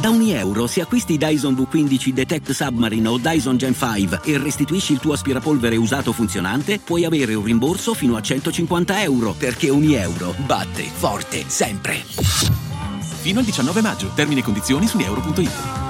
Da €1, se acquisti Dyson V15 Detect Submarine o Dyson Gen 5 e restituisci il tuo aspirapolvere usato funzionante, puoi avere un rimborso fino a €150, perché €1 batte forte sempre. Fino al 19 maggio. Termini e condizioni su euro.it.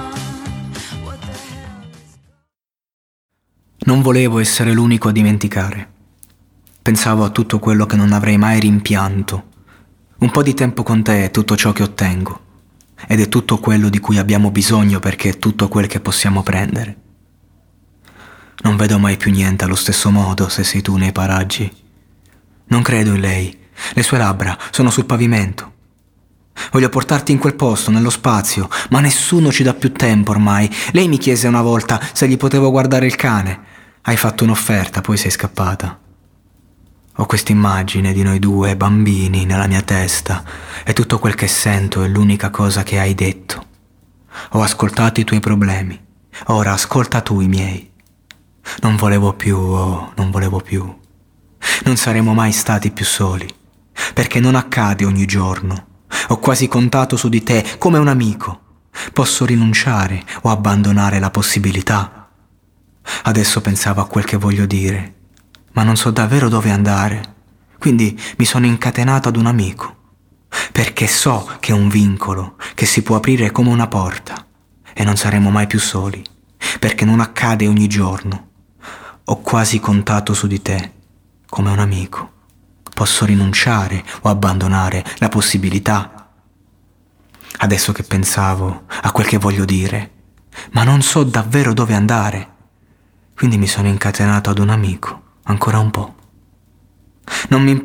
Non volevo essere l'unico a dimenticare. Pensavo a tutto quello che non avrei mai rimpianto. Un po' di tempo con te è tutto ciò che ottengo. Ed è tutto quello di cui abbiamo bisogno perché è tutto quel che possiamo prendere. Non vedo mai più niente allo stesso modo se sei tu nei paraggi. Non credo in lei. Le sue labbra sono sul pavimento. Voglio portarti in quel posto, nello spazio, ma nessuno ci dà più tempo ormai. Lei mi chiese una volta se gli potevo guardare il cane. Hai fatto un'offerta, poi sei scappata. Ho questa immagine di noi due bambini nella mia testa e tutto quel che sento è l'unica cosa che hai detto. Ho ascoltato i tuoi problemi, ora ascolta tu i miei. Non volevo più, non volevo più. Non saremo mai stati più soli, perché non accade ogni giorno. Ho quasi contato su di te come un amico. Posso rinunciare o abbandonare la possibilità. Adesso pensavo a quel che voglio dire, ma non so davvero dove andare. Quindi mi sono incatenato ad un amico, perché so che è un vincolo che si può aprire come una porta e non saremo mai più soli, perché non accade ogni giorno. Ho quasi contato su di te come un amico. Posso rinunciare o abbandonare la possibilità. Adesso che pensavo a quel che voglio dire, ma non so davvero dove andare. Quindi mi sono incatenato ad un amico, ancora un po'. Non mi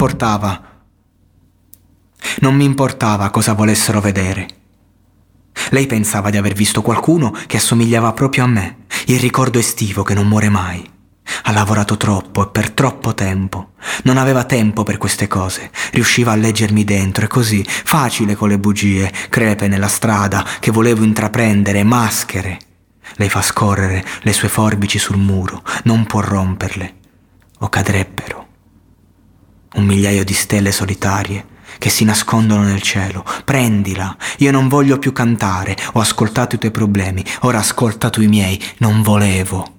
importava cosa volessero vedere. Lei pensava di aver visto qualcuno che assomigliava proprio a me, il ricordo estivo che non muore mai. Ha lavorato troppo e per troppo tempo. Non aveva tempo per queste cose. Riusciva a leggermi dentro e così, facile con le bugie, crepe nella strada che volevo intraprendere, maschere. Lei fa scorrere le sue forbici sul muro, non può romperle, o cadrebbero. 1.000.000 di stelle solitarie che si nascondono nel cielo. Prendila, io non voglio più cantare, ho ascoltato i tuoi problemi, ora ascolta tu i miei, non volevo.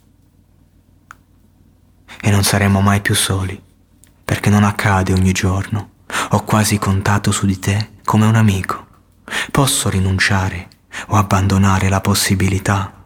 E non saremo mai più soli, perché non accade ogni giorno. Ho quasi contato su di te come un amico. Posso rinunciare o abbandonare la possibilità.